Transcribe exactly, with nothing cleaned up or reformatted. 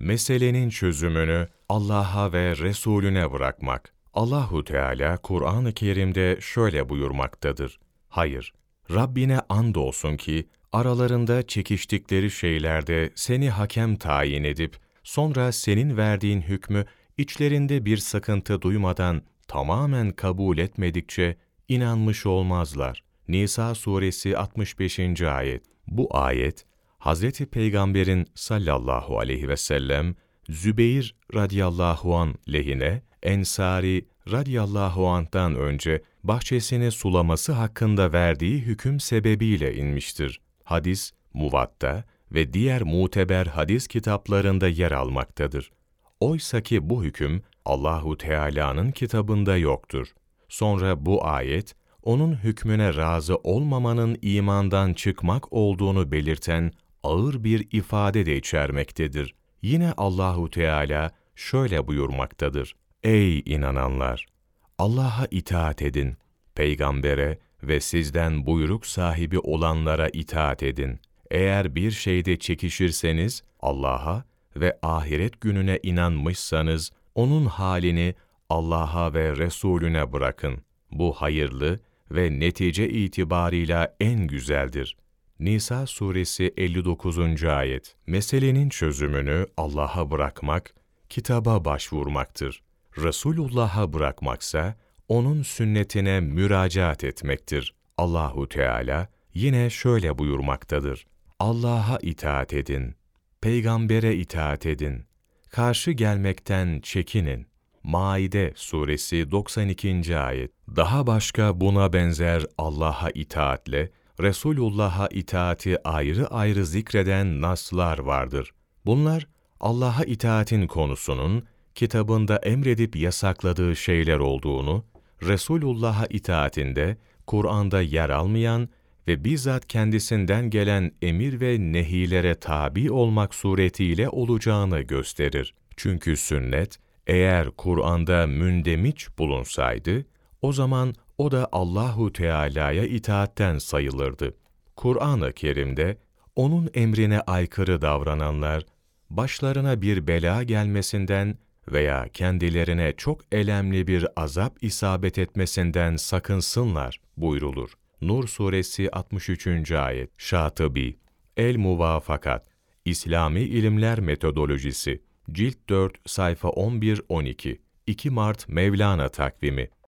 Meselenin çözümünü Allah'a ve Resulüne bırakmak. Allahu Teala Kur'an-ı Kerim'de şöyle buyurmaktadır: Hayır, Rabbine andolsun ki aralarında çekiştikleri şeylerde seni hakem tayin edip sonra senin verdiğin hükmü içlerinde bir sıkıntı duymadan tamamen kabul etmedikçe inanmış olmazlar. Nisa suresi altmış beşinci ayet. Bu ayet Hazreti Peygamber'in sallallahu aleyhi ve sellem Zübeyir radıyallahu an lehine Ensari radıyallahu anh'tan önce bahçesini sulaması hakkında verdiği hüküm sebebiyle inmiştir. Hadis, Muvatta ve diğer muteber hadis kitaplarında yer almaktadır. Oysaki bu hüküm Allahu Teala'nın kitabında yoktur. Sonra bu ayet, onun hükmüne razı olmamanın imandan çıkmak olduğunu belirten ağır bir ifade de içermektedir. Yine Allahu Teala şöyle buyurmaktadır: Ey inananlar! Allah'a itaat edin, peygambere ve sizden buyruk sahibi olanlara itaat edin. Eğer bir şeyde çekişirseniz, Allah'a ve ahiret gününe inanmışsanız, onun halini Allah'a ve Resulüne bırakın. Bu hayırlı ve netice itibarıyla en güzeldir. Nisa suresi elli dokuzuncu ayet. Meselenin çözümünü Allah'a bırakmak, kitaba başvurmaktır. Resulullah'a bırakmaksa, onun sünnetine müracaat etmektir. Allahu Teala yine şöyle buyurmaktadır: Allah'a itaat edin, peygambere itaat edin, karşı gelmekten çekinin. Maide suresi doksan ikinci ayet. Daha başka buna benzer Allah'a itaatle Resulullah'a itaati ayrı ayrı zikreden naslar vardır. Bunlar, Allah'a itaatin konusunun, kitabında emredip yasakladığı şeyler olduğunu, Resulullah'a itaatinde, Kur'an'da yer almayan ve bizzat kendisinden gelen emir ve nehilere tabi olmak suretiyle olacağını gösterir. Çünkü sünnet, eğer Kur'an'da mündemiş bulunsaydı, o zaman o da Allahu Teala'ya itaatten sayılırdı. Kur'an-ı Kerim'de onun emrine aykırı davrananlar, başlarına bir bela gelmesinden veya kendilerine çok elemli bir azap isabet etmesinden sakınsınlar buyrulur. Nur suresi altmış üçüncü ayet. Şatıbi, El-Muvafakat, İslami İlimler Metodolojisi, Cilt dört, sayfa on bir on iki, iki Mart Mevlana takvimi.